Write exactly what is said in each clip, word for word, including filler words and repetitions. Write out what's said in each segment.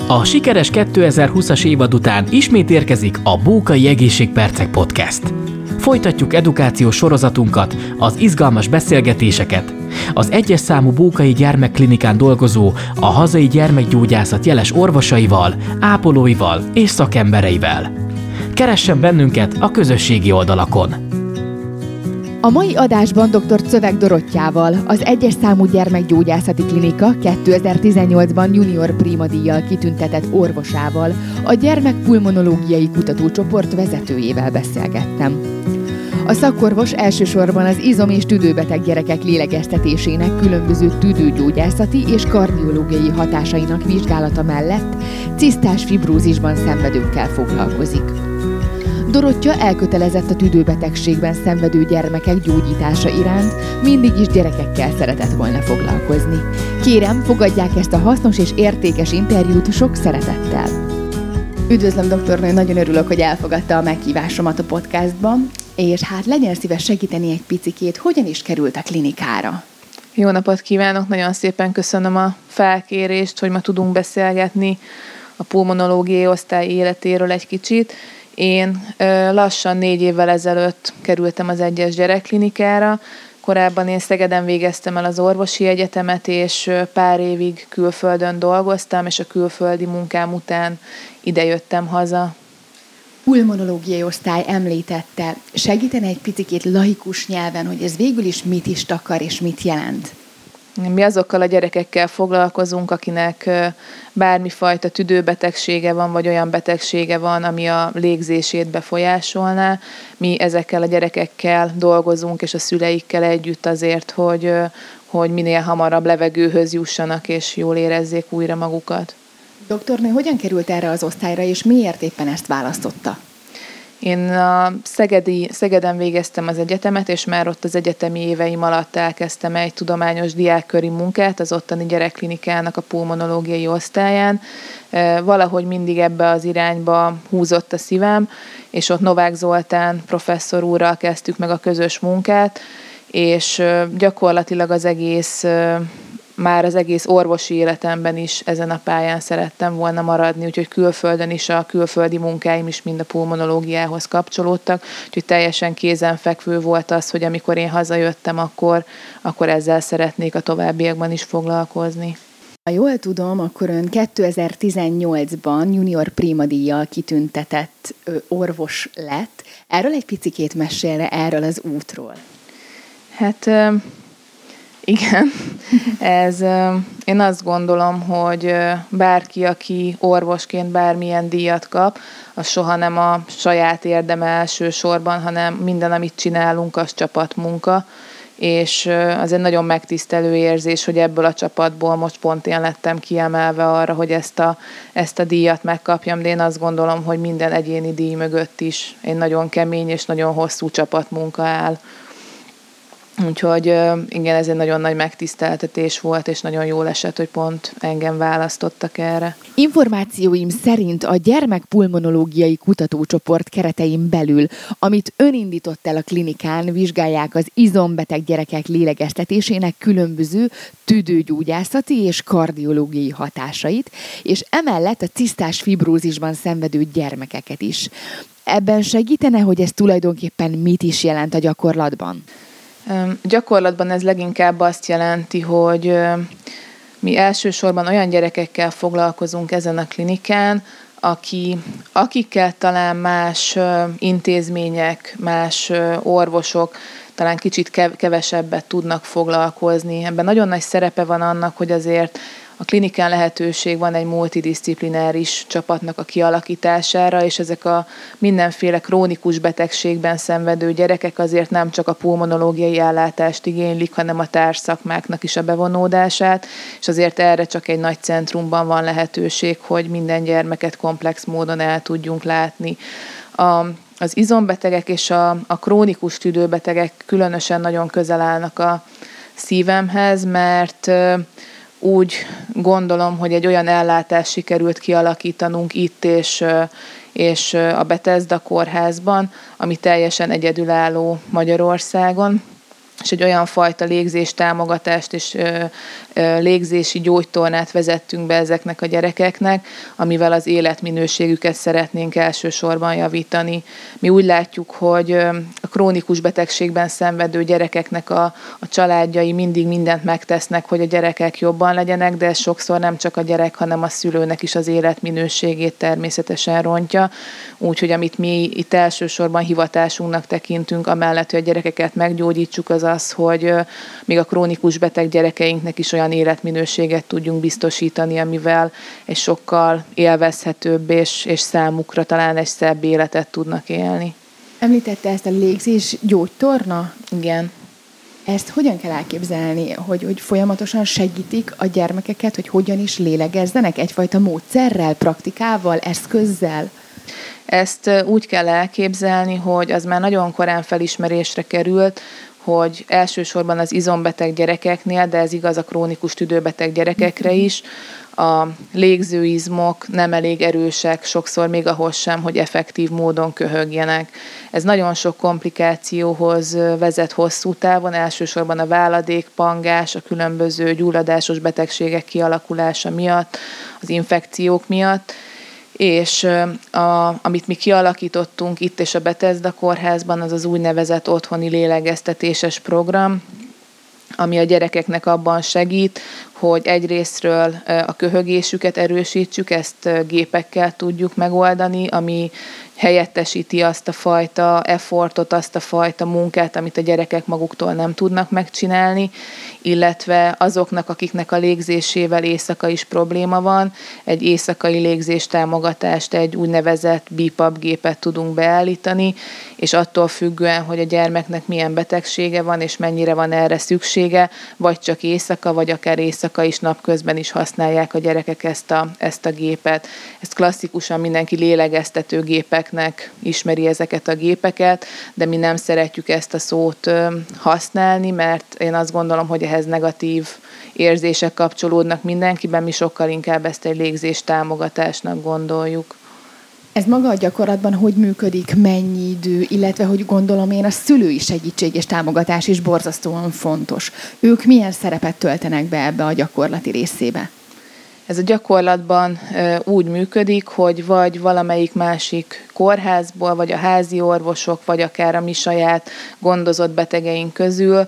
A sikeres kétezer-húszas évad után ismét érkezik a Bókai Egészségpercek Podcast. Folytatjuk edukációs sorozatunkat, az izgalmas beszélgetéseket, az egyes számú Bókai Gyermekklinikán dolgozó, a hazai gyermekgyógyászat jeles orvosaival, ápolóival és szakembereivel. Keressen bennünket a közösségi oldalakon! A mai adásban dr. Czövek Dorottyával, az egyes számú gyermekgyógyászati klinika kétezer-tizennyolcban junior Prima díjjal kitüntetett orvosával, a gyermekpulmonológiai kutatócsoport vezetőjével beszélgettem. A szakorvos elsősorban az izom- és tüdőbeteg gyerekek lélegeztetésének különböző tüdőgyógyászati és kardiológiai hatásainak vizsgálata mellett cisztás fibrózisban szenvedőkkel foglalkozik. Dorottya elkötelezett a tüdőbetegségben szenvedő gyermekek gyógyítása iránt, mindig is gyerekekkel szeretett volna foglalkozni. Kérem, fogadják ezt a hasznos és értékes interjút sok szeretettel. Üdvözlöm, doktornő, nagyon örülök, hogy elfogadta a meghívásomat a podcastban, és hát legyen szíves segíteni egy picikét, hogyan is került a klinikára. Jó napot kívánok, nagyon szépen köszönöm a felkérést, hogy ma tudunk beszélgetni a pulmonológiai osztály életéről egy kicsit. Én lassan négy évvel ezelőtt kerültem az egyes gyerekklinikára. Korábban én Szegeden végeztem el az orvosi egyetemet, és pár évig külföldön dolgoztam, és a külföldi munkám után idejöttem haza. Pulmonológiai osztály említette. Segítene egy picikét laikus nyelven, hogy ez végül is mit is takar és mit jelent? Mi azokkal a gyerekekkel foglalkozunk, akinek bármifajta tüdőbetegsége van, vagy olyan betegsége van, ami a légzését befolyásolná. Mi ezekkel a gyerekekkel dolgozunk, és a szüleikkel együtt azért, hogy, hogy minél hamarabb levegőhöz jussanak, és jól érezzék újra magukat. Doktornő, hogyan került erre az osztályra, és miért éppen ezt választotta? Én a Szegedi, Szegeden végeztem az egyetemet, és már ott az egyetemi éveim alatt elkezdtem egy tudományos diákköri munkát az ottani gyerekklinikának a pulmonológiai osztályán. Valahogy mindig ebbe az irányba húzott a szívem, és ott Novák Zoltán professzor úrral kezdtük meg a közös munkát, és gyakorlatilag az egész... már az egész orvosi életemben is ezen a pályán szerettem volna maradni, úgyhogy külföldön is a külföldi munkáim is mind a pulmonológiához kapcsolódtak, úgyhogy teljesen kézenfekvő volt az, hogy amikor én hazajöttem, akkor, akkor ezzel szeretnék a továbbiakban is foglalkozni. Ha jól tudom, akkor ön kétezer-tizennyolcban junior Prima díjjal kitüntetett orvos lett. Erről egy picikét mesélne, erről az útról. Hát... Igen, ez, én azt gondolom, hogy bárki, aki orvosként bármilyen díjat kap, az soha nem a saját érdeme elsősorban, hanem minden, amit csinálunk, az csapatmunka, és az egy nagyon megtisztelő érzés, hogy ebből a csapatból most pont én lettem kiemelve arra, hogy ezt a, ezt a díjat megkapjam, de én azt gondolom, hogy minden egyéni díj mögött is egy nagyon kemény és nagyon hosszú csapatmunka áll. Úgyhogy igen, ez egy nagyon nagy megtiszteltetés volt, és nagyon jól esett, hogy pont engem választottak erre. Információim szerint a gyermekpulmonológiai kutatócsoport keretein belül, amit ön indított el a klinikán, vizsgálják az izombeteg gyerekek lélegeztetésének különböző tüdőgyógyászati és kardiológiai hatásait, és emellett a cisztás fibrózisban szenvedő gyermekeket is. Ebben segítene, hogy ez tulajdonképpen mit is jelent a gyakorlatban? Gyakorlatban ez leginkább azt jelenti, hogy mi elsősorban olyan gyerekekkel foglalkozunk ezen a klinikán, aki, akikkel talán más intézmények, más orvosok talán kicsit kevesebbet tudnak foglalkozni. Ebben nagyon nagy szerepe van annak, hogy azért a klinikán lehetőség van egy multidisziplináris csapatnak a kialakítására, és ezek a mindenféle krónikus betegségben szenvedő gyerekek azért nem csak a pulmonológiai ellátást igénylik, hanem a társszakmáknak is a bevonódását, és azért erre csak egy nagy centrumban van lehetőség, hogy minden gyermeket komplex módon el tudjunk látni. A, az izombetegek és a, a krónikus tüdőbetegek különösen nagyon közel állnak a szívemhez, mert úgy gondolom, hogy egy olyan ellátást sikerült kialakítanunk itt és, és a Bethesda kórházban, ami teljesen egyedülálló Magyarországon, és egy olyan fajta légzéstámogatást és ö, ö, légzési gyógytornát vezettünk be ezeknek a gyerekeknek, amivel az életminőségüket szeretnénk elsősorban javítani. Mi úgy látjuk, hogy ö, a krónikus betegségben szenvedő gyerekeknek a, a családjai mindig mindent megtesznek, hogy a gyerekek jobban legyenek, de ez sokszor nem csak a gyerek, hanem a szülőnek is az életminőségét természetesen rontja. Úgyhogy amit mi itt elsősorban hivatásunknak tekintünk, amellett, hogy a gyerekeket meggyógyítsuk, az az, hogy még a krónikus beteg gyerekeinknek is olyan életminőséget tudjunk biztosítani, amivel egy sokkal élvezhetőbb és, és számukra talán egy szebb életet tudnak élni. Említette ezt a légzés gyógytorna? Igen. Ezt hogyan kell elképzelni, hogy, hogy folyamatosan segítik a gyermekeket, hogy hogyan is lélegezzenek? Egyfajta módszerrel, praktikával, eszközzel? Ezt úgy kell elképzelni, hogy az már nagyon korán felismerésre került, hogy elsősorban az izombeteg gyerekeknél, de ez igaz a krónikus tüdőbeteg gyerekekre is, a légzőizmok nem elég erősek, sokszor még ahhoz sem, hogy effektív módon köhögjenek. Ez nagyon sok komplikációhoz vezet hosszú távon, elsősorban a váladékpangás, a különböző gyulladásos betegségek kialakulása miatt, az infekciók miatt, és a, amit mi kialakítottunk itt és a Bethesda kórházban, az az úgynevezett otthoni lélegeztetéses program, ami a gyerekeknek abban segít, hogy egyrésztről a köhögésüket erősítsük, ezt gépekkel tudjuk megoldani, ami helyettesíti azt a fajta effortot, azt a fajta munkát, amit a gyerekek maguktól nem tudnak megcsinálni, illetve azoknak, akiknek a légzésével éjszaka is probléma van, egy éjszakai légzéstámogatást, egy úgynevezett bé pap gépet tudunk beállítani, és attól függően, hogy a gyermeknek milyen betegsége van, és mennyire van erre szüksége, vagy csak éjszaka, vagy akár éjszaka is, napközben is használják a gyerekek ezt a, ezt a gépet. Ezt klasszikusan mindenki lélegeztető gépeknek ismeri ezeket a gépeket, de mi nem szeretjük ezt a szót használni, mert én azt gondolom, hogy ehhez negatív érzések kapcsolódnak mindenkiben, mi sokkal inkább ezt egy légzés támogatásnak gondoljuk. Ez maga a gyakorlatban hogy működik, mennyi idő, illetve hogy gondolom én a szülői segítség és támogatás is borzasztóan fontos. Ők milyen szerepet töltenek be ebbe a gyakorlati részébe? Ez a gyakorlatban úgy működik, hogy vagy valamelyik másik kórházból, vagy a házi orvosok, vagy akár a mi saját gondozott betegeink közül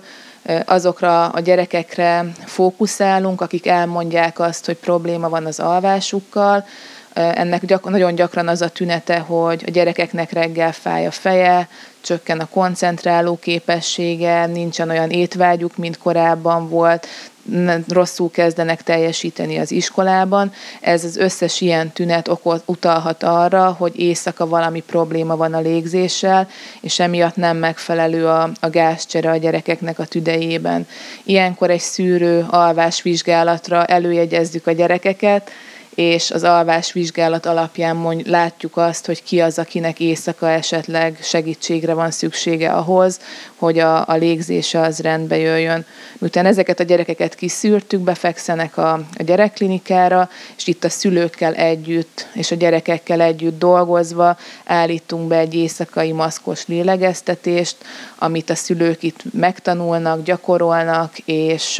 azokra a gyerekekre fókuszálunk, akik elmondják azt, hogy probléma van az alvásukkal. Ennek gyak- nagyon gyakran az a tünete, hogy a gyerekeknek reggel fáj a feje, csökken a koncentráló képessége, nincsen olyan étvágyuk, mint korábban volt, rosszul kezdenek teljesíteni az iskolában. Ez az összes ilyen tünet okot, utalhat arra, hogy éjszaka valami probléma van a légzéssel, és emiatt nem megfelelő a, a gázcsere a gyerekeknek a tüdejében. Ilyenkor egy szűrő alvásvizsgálatra előjegyezzük a gyerekeket, és az alvásvizsgálat alapján mond, látjuk azt, hogy ki az, akinek éjszaka esetleg segítségre van szüksége ahhoz, hogy a, a légzése az rendbe jöjjön. Miután ezeket a gyerekeket kiszűrtük, befekszenek a, a gyerekklinikára, és itt a szülőkkel együtt és a gyerekekkel együtt dolgozva állítunk be egy éjszakai maszkos lélegeztetést, amit a szülők itt megtanulnak, gyakorolnak, és,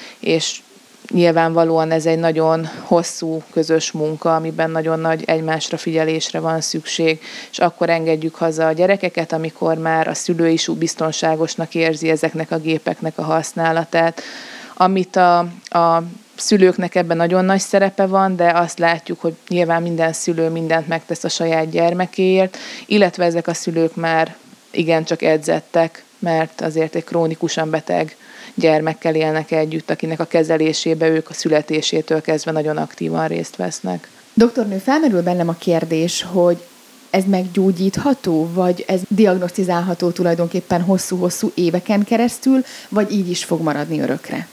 és nyilvánvalóan ez egy nagyon hosszú közös munka, amiben nagyon nagy egymásra figyelésre van szükség, és akkor engedjük haza a gyerekeket, amikor már a szülő is biztonságosnak érzi ezeknek a gépeknek a használatát. Amit a, a szülőknek ebben nagyon nagy szerepe van, de azt látjuk, hogy nyilván minden szülő mindent megtesz a saját gyermekéért, illetve ezek a szülők már igencsak edzettek, mert azért egy krónikusan beteg gyermekkel élnek együtt, akinek a kezelésébe ők a születésétől kezdve nagyon aktívan részt vesznek. Doktornő, felmerül bennem a kérdés, hogy ez meggyógyítható, vagy ez diagnosztizálható tulajdonképpen hosszú-hosszú éveken keresztül, vagy így is fog maradni örökre?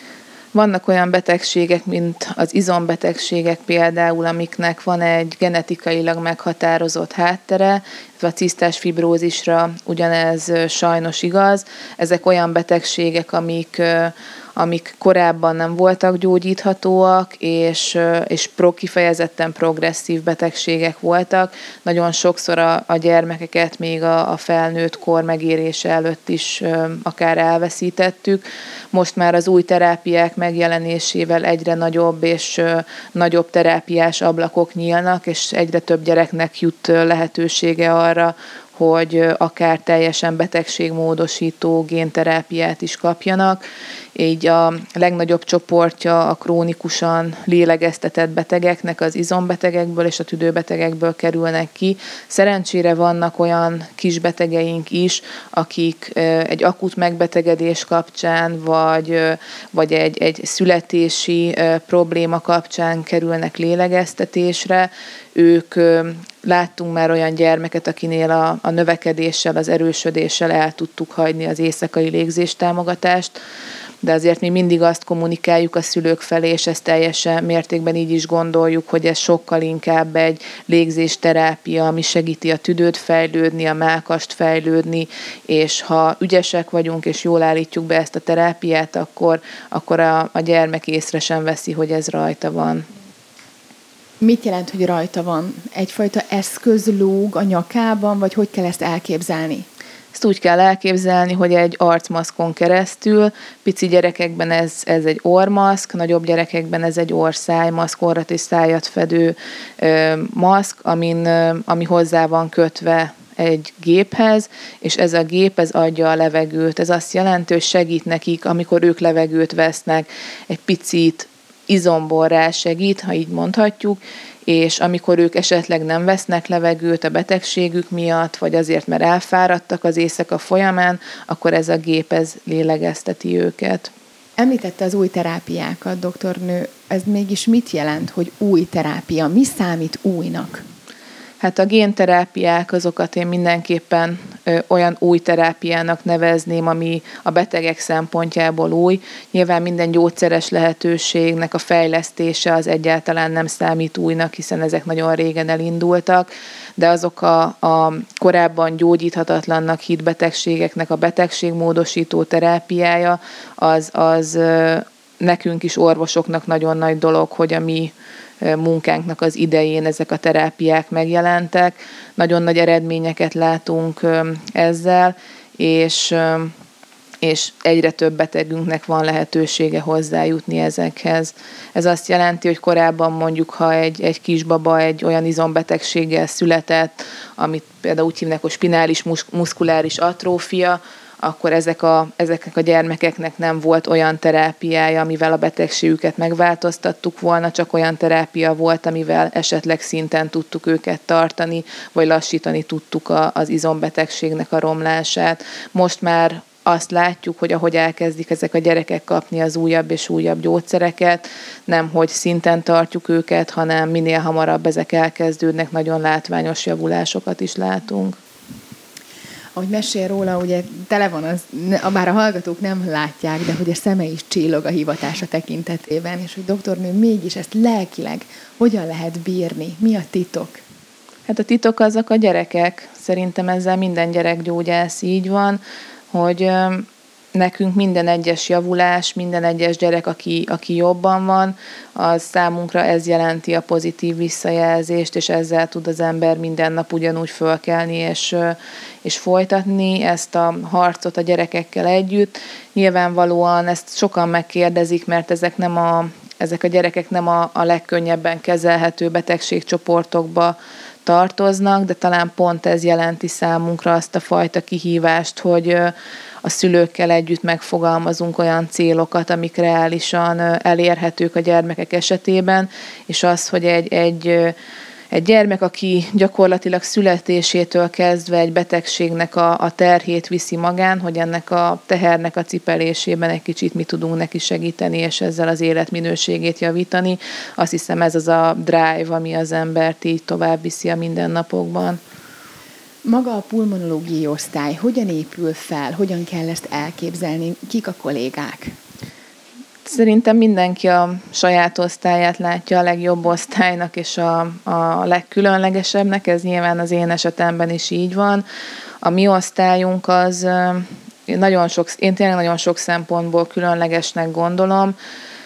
Vannak olyan betegségek, mint az izombetegségek például, amiknek van egy genetikailag meghatározott háttere, a cisztás fibrózisra ugyanez sajnos igaz. Ezek olyan betegségek, amik amik korábban nem voltak gyógyíthatóak, és, és pro, kifejezetten progresszív betegségek voltak. Nagyon sokszor a, a gyermekeket még a, a felnőtt kor megérése előtt is akár elveszítettük. Most már az új terápiák megjelenésével egyre nagyobb és nagyobb terápiás ablakok nyílnak, és egyre több gyereknek jut lehetősége arra, hogy akár teljesen betegségmódosító génterápiát is kapjanak. Így a legnagyobb csoportja a krónikusan lélegeztetett betegeknek az izombetegekből és a tüdőbetegekből kerülnek ki. Szerencsére vannak olyan kisbetegeink is, akik egy akut megbetegedés kapcsán, vagy, vagy egy, egy születési probléma kapcsán kerülnek lélegeztetésre. Ők láttunk már olyan gyermeket, akinél a, a növekedéssel, az erősödéssel el tudtuk hagyni az éjszakai légzéstámogatást, de azért mi mindig azt kommunikáljuk a szülők felé, és ezt teljesen mértékben így is gondoljuk, hogy ez sokkal inkább egy légzésterápia, ami segíti a tüdőt fejlődni, a mellkast fejlődni, és ha ügyesek vagyunk, és jól állítjuk be ezt a terápiát, akkor, akkor a, a gyermek észre sem veszi, hogy ez rajta van. Mit jelent, hogy rajta van? Egyfajta eszköz lóg a nyakában, vagy hogy kell ezt elképzelni? Ezt úgy kell elképzelni, hogy egy arcmaszkon keresztül, pici gyerekekben ez, ez egy orrmaszk, nagyobb gyerekekben ez egy orr-szájmaszk, orrat és szájat fedő ö, maszk, amin, ö, ami hozzá van kötve egy géphez, és ez a gép, ez adja a levegőt. Ez azt jelenti, hogy segít nekik, amikor ők levegőt vesznek, egy picit izomból rásegít, ha így mondhatjuk, és amikor ők esetleg nem vesznek levegőt a betegségük miatt, vagy azért, mert elfáradtak az éjszaka folyamán, akkor ez a gép ez lélegezteti őket. Említette az új terápiákat, doktornő. Ez mégis mit jelent, hogy új terápia? Mi számít újnak? Hát a génterápiák, azokat én mindenképpen ö, olyan új terápiának nevezném, ami a betegek szempontjából új. Nyilván minden gyógyszeres lehetőségnek a fejlesztése az egyáltalán nem számít újnak, hiszen ezek nagyon régen elindultak, de azok a, a korábban gyógyíthatatlannak hitt betegségeknek a betegségmódosító terápiája, az, az ö, nekünk is orvosoknak nagyon nagy dolog, hogy a mi munkánknak az idején ezek a terápiák megjelentek. Nagyon nagy eredményeket látunk ezzel, és, és egyre több betegünknek van lehetősége hozzájutni ezekhez. Ez azt jelenti, hogy korábban mondjuk, ha egy, egy kisbaba egy olyan izombetegséggel született, amit például úgy hívnak, hogy spinális muszkuláris atrófia, akkor ezek a, ezeknek a gyermekeknek nem volt olyan terápiája, amivel a betegségüket megváltoztattuk volna, csak olyan terápia volt, amivel esetleg szinten tudtuk őket tartani, vagy lassítani tudtuk a, az izombetegségnek a romlását. Most már azt látjuk, hogy ahogy elkezdik ezek a gyerekek kapni az újabb és újabb gyógyszereket, nem hogy szinten tartjuk őket, hanem minél hamarabb ezek elkezdődnek, nagyon látványos javulásokat is látunk. Ahogy mesél róla, ugye tele van az, bár a hallgatók nem látják, de hogy a szeme is csillog a hivatása tekintetében, és hogy doktornő mégis ezt lelkileg hogyan lehet bírni? Mi a titok? Hát a titok azok a gyerekek. Szerintem ezzel minden gyerekgyógyász így van, hogy nekünk minden egyes javulás, minden egyes gyerek, aki, aki jobban van, az számunkra ez jelenti a pozitív visszajelzést, és ezzel tud az ember minden nap ugyanúgy fölkelni és, és folytatni ezt a harcot a gyerekekkel együtt. Nyilvánvalóan ezt sokan megkérdezik, mert ezek nem a, ezek a gyerekek nem a, a legkönnyebben kezelhető betegségcsoportokba tartoznak, de talán pont ez jelenti számunkra azt a fajta kihívást, hogy a szülőkkel együtt megfogalmazunk olyan célokat, amik reálisan elérhetők a gyermekek esetében, és az, hogy egy, egy, egy gyermek, aki gyakorlatilag születésétől kezdve egy betegségnek a, a terhét viszi magán, hogy ennek a tehernek a cipelésében egy kicsit mi tudunk neki segíteni, és ezzel az életminőségét javítani. Azt hiszem, ez az a drive, ami az embert így tovább viszi a mindennapokban. Maga a pulmonológiai osztály hogyan épül fel, hogyan kell ezt elképzelni, kik a kollégák? Szerintem mindenki a saját osztályát látja a legjobb osztálynak és a, a legkülönlegesebbnek, ez nyilván az én esetemben is így van. A mi osztályunk az, én, nagyon sok, én tényleg nagyon sok szempontból különlegesnek gondolom.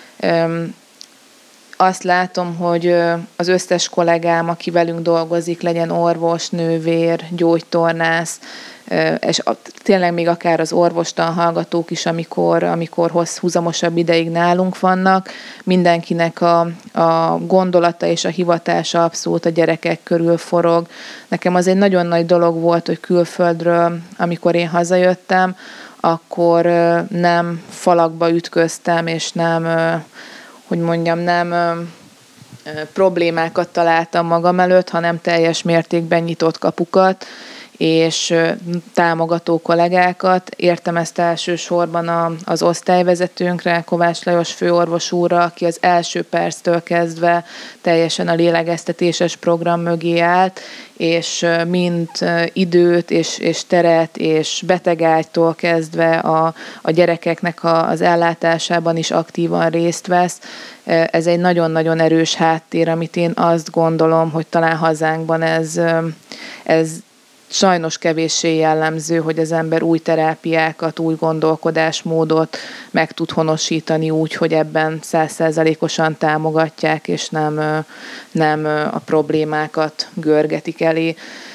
Azt látom, hogy az összes kollégám, aki velünk dolgozik, legyen orvos, nővér, gyógytornász, és tényleg még akár az orvostan hallgatók is, amikor, amikor hossz, húzamosabb ideig nálunk vannak, mindenkinek a, a gondolata és a hivatása abszolút a gyerekek körül forog. Nekem az egy nagyon nagy dolog volt, hogy külföldről, amikor én hazajöttem, akkor nem falakba ütköztem, és nem, hogy mondjam, nem problémákat találtam magam előtt, hanem teljes mértékben nyitott kapukat, és támogató kollégákat. Értem ezt elsősorban a, az osztályvezetőnkre, Kovács Lajos főorvos úrra, aki az első perctől kezdve teljesen a lélegeztetéses program mögé állt, és mind időt és, és teret és betegágytól kezdve a, a gyerekeknek a, az ellátásában is aktívan részt vesz. Ez egy nagyon-nagyon erős háttér, amit én azt gondolom, hogy talán hazánkban ez, ez sajnos kevéssé jellemző, hogy az ember új terápiákat, új gondolkodásmódot meg tud honosítani úgy, hogy ebben száz százalékosan támogatják, és nem, nem a problémákat görgetik elé.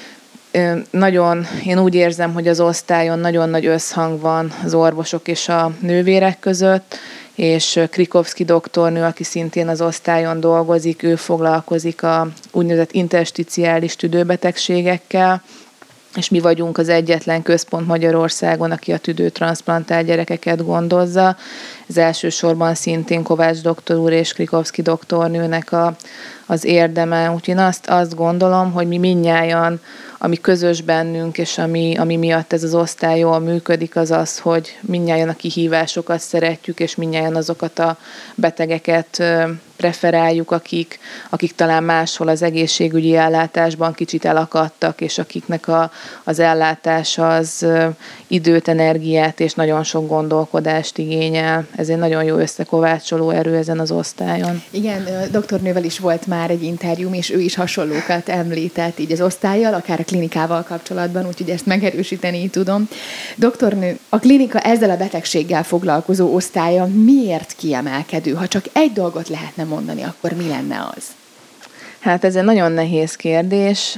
Nagyon, én úgy érzem, hogy az osztályon nagyon nagy összhang van az orvosok és a nővérek között, és Krikovszki doktornő, aki szintén az osztályon dolgozik, ő foglalkozik a úgynevezett intersticiális tüdőbetegségekkel, és mi vagyunk az egyetlen központ Magyarországon, aki a tüdőtranszplantált gyerekeket gondozza. Ez elsősorban szintén Kovács doktor úr és Krikovszki doktornőnek a, az érdeme. Úgyhogy én azt, azt gondolom, hogy mi mindnyájan, ami közös bennünk, és ami, ami miatt ez az osztály jól működik, az az, hogy mindnyájan a kihívásokat szeretjük, és mindnyájan azokat a betegeket preferáljuk, akik, akik talán máshol az egészségügyi ellátásban kicsit elakadtak, és akiknek a, az ellátás az időt, energiát és nagyon sok gondolkodást igényel. Ez egy nagyon jó összekovácsoló erő ezen az osztályon. Igen, doktornővel is volt már egy interjúm, és ő is hasonlókat említett így az osztállyal, akár a klinikával kapcsolatban, úgyhogy ezt megerősíteni tudom. Doktornő, a klinika ezzel a betegséggel foglalkozó osztálya miért kiemelkedő? Ha csak egy dolgot lehetne mondani, akkor mi lenne az? Hát ez egy nagyon nehéz kérdés.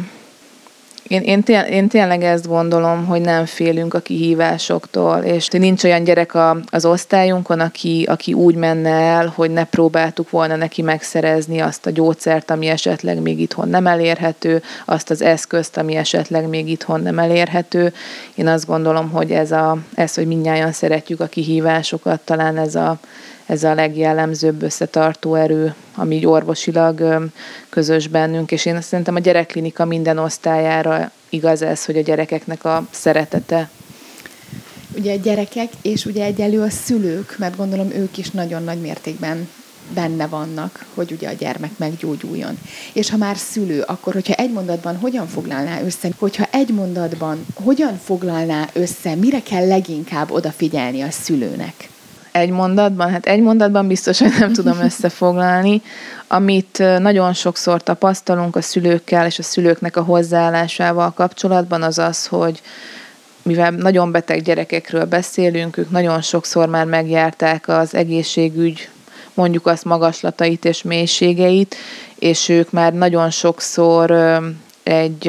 Én, én, té- én tényleg ezt gondolom, hogy nem félünk a kihívásoktól, és nincs olyan gyerek a, az osztályunkon, aki, aki úgy menne el, hogy ne próbáltuk volna neki megszerezni azt a gyógyszert, ami esetleg még itthon nem elérhető, azt az eszközt, ami esetleg még itthon nem elérhető. Én azt gondolom, hogy ez, a, ez hogy mindnyájan szeretjük a kihívásokat, talán ez a Ez a legjellemzőbb összetartó erő, ami így orvosilag közös bennünk, és én szerintem a gyerekklinika minden osztályára igaz ez, hogy a gyerekeknek a szeretete. Ugye a gyerekek, és ugye egyelő a szülők, mert gondolom ők is nagyon nagy mértékben benne vannak, hogy ugye a gyermek meggyógyuljon. És ha már szülő, akkor hogyha egy mondatban hogyan foglalná össze, hogyha egy mondatban hogyan foglalná össze, mire kell leginkább odafigyelni a szülőnek? Egy mondatban? Hát egy mondatban biztos, hogy nem tudom összefoglalni. Amit nagyon sokszor tapasztalunk a szülőkkel és a szülőknek a hozzáállásával kapcsolatban, az az, hogy mivel nagyon beteg gyerekekről beszélünk, ők nagyon sokszor már megjárták az egészségügy, mondjuk azt magaslatait és mélységeit, és ők már nagyon sokszor egy...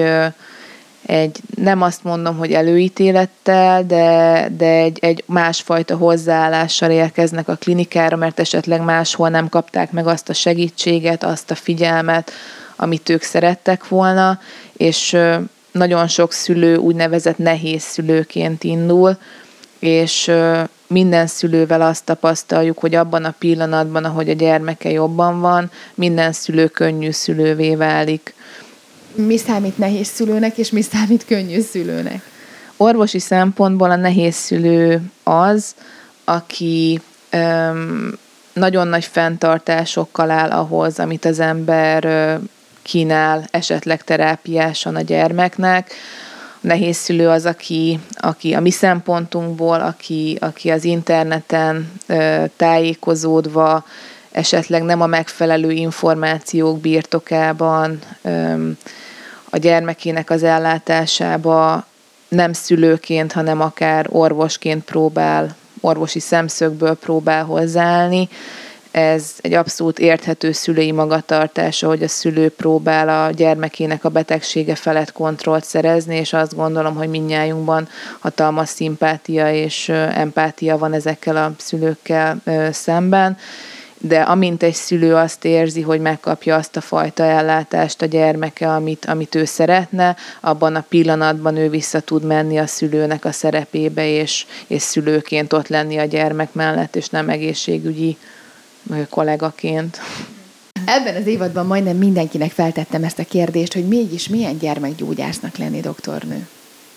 egy, nem azt mondom, hogy előítélettel, de, de egy, egy másfajta hozzáállással érkeznek a klinikára, mert esetleg máshol nem kapták meg azt a segítséget, azt a figyelmet, amit ők szerettek volna, és nagyon sok szülő úgynevezett nehéz szülőként indul, és minden szülővel azt tapasztaljuk, hogy abban a pillanatban, ahogy a gyermeke jobban van, minden szülő könnyű szülővé válik. Mi számít nehéz szülőnek, és mi számít könnyű szülőnek? Orvosi szempontból a nehéz szülő az, aki öm, nagyon nagy fenntartásokkal áll ahhoz, amit az ember ö, kínál esetleg terápiásan a gyermeknek. A nehéz szülő az, aki, aki a mi szempontunkból, aki, aki az interneten ö, tájékozódva, esetleg nem a megfelelő információk birtokában, öm, a gyermekének az ellátásába nem szülőként, hanem akár orvosként próbál, orvosi szemszögből próbál hozzáállni. Ez egy abszolút érthető szülői magatartás, hogy a szülő próbál a gyermekének a betegsége felett kontrollt szerezni, és azt gondolom, hogy mindnyájunkban hatalmas szimpátia és empátia van ezekkel a szülőkkel szemben. De amint egy szülő azt érzi, hogy megkapja azt a fajta ellátást a gyermeke, amit, amit ő szeretne, abban a pillanatban ő vissza tud menni a szülőnek a szerepébe, és, és szülőként ott lenni a gyermek mellett, és nem egészségügyi kollégaként. Ebben az évadban majdnem mindenkinek feltettem ezt a kérdést, hogy mégis milyen gyermekgyógyásznak lenni, doktornő?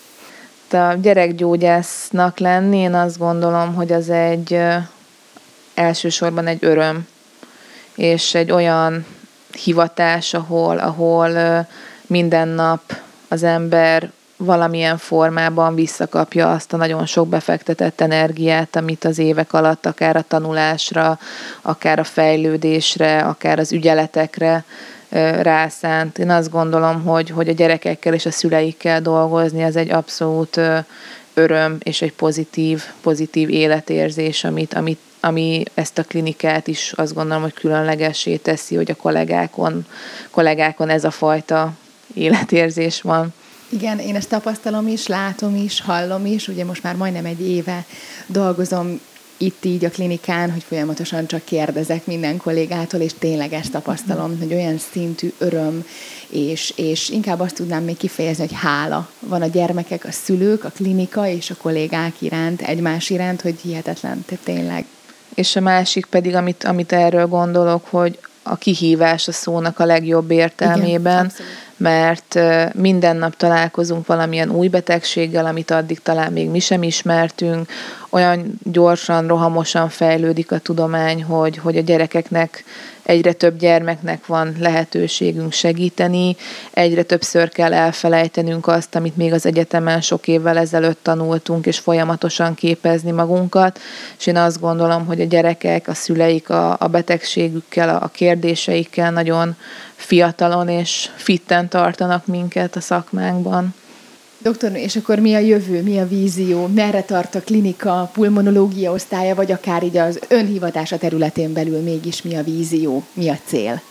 A gyerekgyógyásznak lenni, én azt gondolom, hogy az egy elsősorban egy öröm, és egy olyan hivatás, ahol, ahol minden nap az ember valamilyen formában visszakapja azt a nagyon sok befektetett energiát, amit az évek alatt akár a tanulásra, akár a fejlődésre, akár az ügyeletekre rászánt. Én azt gondolom, hogy, hogy a gyerekekkel és a szüleikkel dolgozni, ez egy abszolút öröm és egy pozitív, pozitív életérzés, amit, amit ami ezt a klinikát is azt gondolom, hogy különlegessé teszi, hogy a kollégákon, kollégákon ez a fajta életérzés van. Igen, én ezt tapasztalom is, látom is, hallom is, ugye most már majdnem egy éve dolgozom itt így a klinikán, hogy folyamatosan csak kérdezek minden kollégától, és tényleg ezt tapasztalom, hogy olyan szintű öröm, és, és inkább azt tudnám még kifejezni, hogy hála van a gyermekek, a szülők, a klinika és a kollégák iránt, egymás iránt, hogy hihetetlen, tehát tényleg. És a másik pedig, amit, amit erről gondolok, hogy a kihívás a szónak a legjobb értelmében, igen, mert minden nap találkozunk valamilyen új betegséggel, amit addig talán még mi sem ismertünk, olyan gyorsan, rohamosan fejlődik a tudomány, hogy, hogy a gyerekeknek, egyre több gyermeknek van lehetőségünk segíteni, egyre többször kell elfelejtenünk azt, amit még az egyetemen sok évvel ezelőtt tanultunk, és folyamatosan képezni magunkat, és én azt gondolom, hogy a gyerekek, a szüleik a, a betegségükkel, a kérdéseikkel nagyon fiatalon és fitten tartanak minket a szakmánkban. Doktornő, és akkor mi a jövő, mi a vízió, merre tart a klinika, pulmonológia osztálya, vagy akár így az önhivatása területén belül mégis mi a vízió, mi a cél?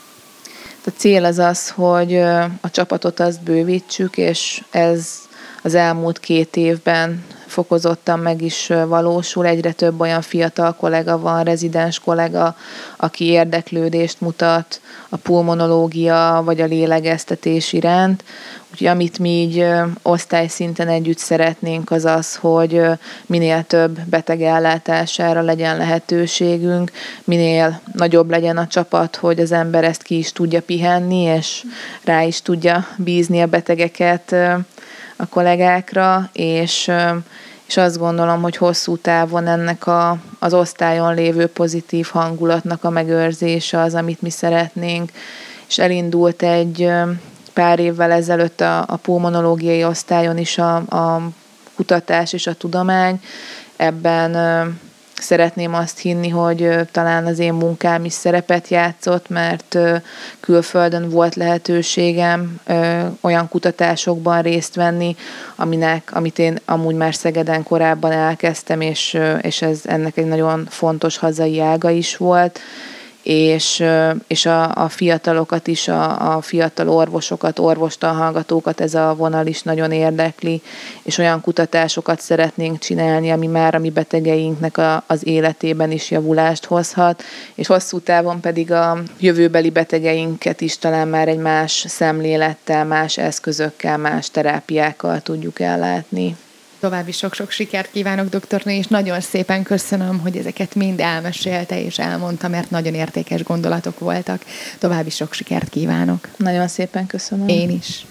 A cél az az, hogy a csapatot azt bővítsük, és ez az elmúlt két évben fokozottan meg is valósul. Egyre több olyan fiatal kollega van, rezidens kollega, aki érdeklődést mutat a pulmonológia vagy a lélegeztetés iránt. Úgyhogy amit mi így osztályszinten együtt szeretnénk, az az, hogy minél több beteg ellátására legyen lehetőségünk, minél nagyobb legyen a csapat, hogy az ember ezt ki is tudja pihenni, és rá is tudja bízni a betegeket a kollégákra, és, és azt gondolom, hogy hosszú távon ennek a, az osztályon lévő pozitív hangulatnak a megőrzése az, amit mi szeretnénk, és elindult egy pár évvel ezelőtt a, a pulmonológiai osztályon is a, a kutatás és a tudomány. Ebben szeretném azt hinni, hogy talán az én munkám is szerepet játszott, mert külföldön volt lehetőségem olyan kutatásokban részt venni, aminek, amit én amúgy már Szegeden korábban elkezdtem, és, és ez ennek egy nagyon fontos hazai ága is volt. és, és a, a fiatalokat is, a, a fiatal orvosokat, orvostanhallgatókat ez a vonal is nagyon érdekli, és olyan kutatásokat szeretnénk csinálni, ami már a mi betegeinknek a, az életében is javulást hozhat, és hosszú távon pedig a jövőbeli betegeinket is talán már egy más szemlélettel, más eszközökkel, más terápiákkal tudjuk ellátni. További sok-sok sikert kívánok, doktornő, és nagyon szépen köszönöm, hogy ezeket mind elmesélte és elmondta, mert nagyon értékes gondolatok voltak. További sok sikert kívánok. Nagyon szépen köszönöm. Én is.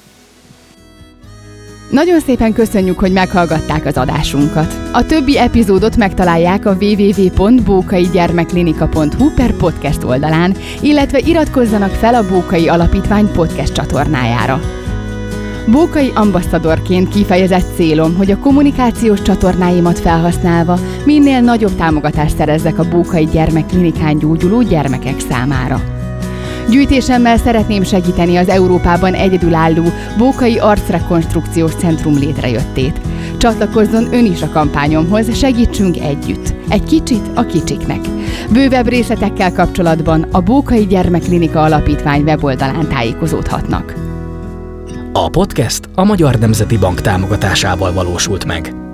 Nagyon szépen köszönjük, hogy meghallgatták az adásunkat. A többi epizódot megtalálják a double-u double-u double-u pont bókai gyermekklinika pont hu per podcast oldalán, illetve iratkozzanak fel a Bókai Alapítvány podcast csatornájára. Bókai ambasszadorként kifejezett célom, hogy a kommunikációs csatornáimat felhasználva minél nagyobb támogatást szerezzek a Bókai Gyermekklinikán gyógyuló gyermekek számára. Gyűjtésemmel szeretném segíteni az Európában egyedülálló Bókai Arcrekonstrukciós Centrum létrejöttét. Csatlakozzon ön is a kampányomhoz, segítsünk együtt. Egy kicsit a kicsiknek. Bővebb részletekkel kapcsolatban a Bókai Gyermekklinika Alapítvány weboldalán tájékozódhatnak. A podcast a Magyar Nemzeti Bank támogatásával valósult meg.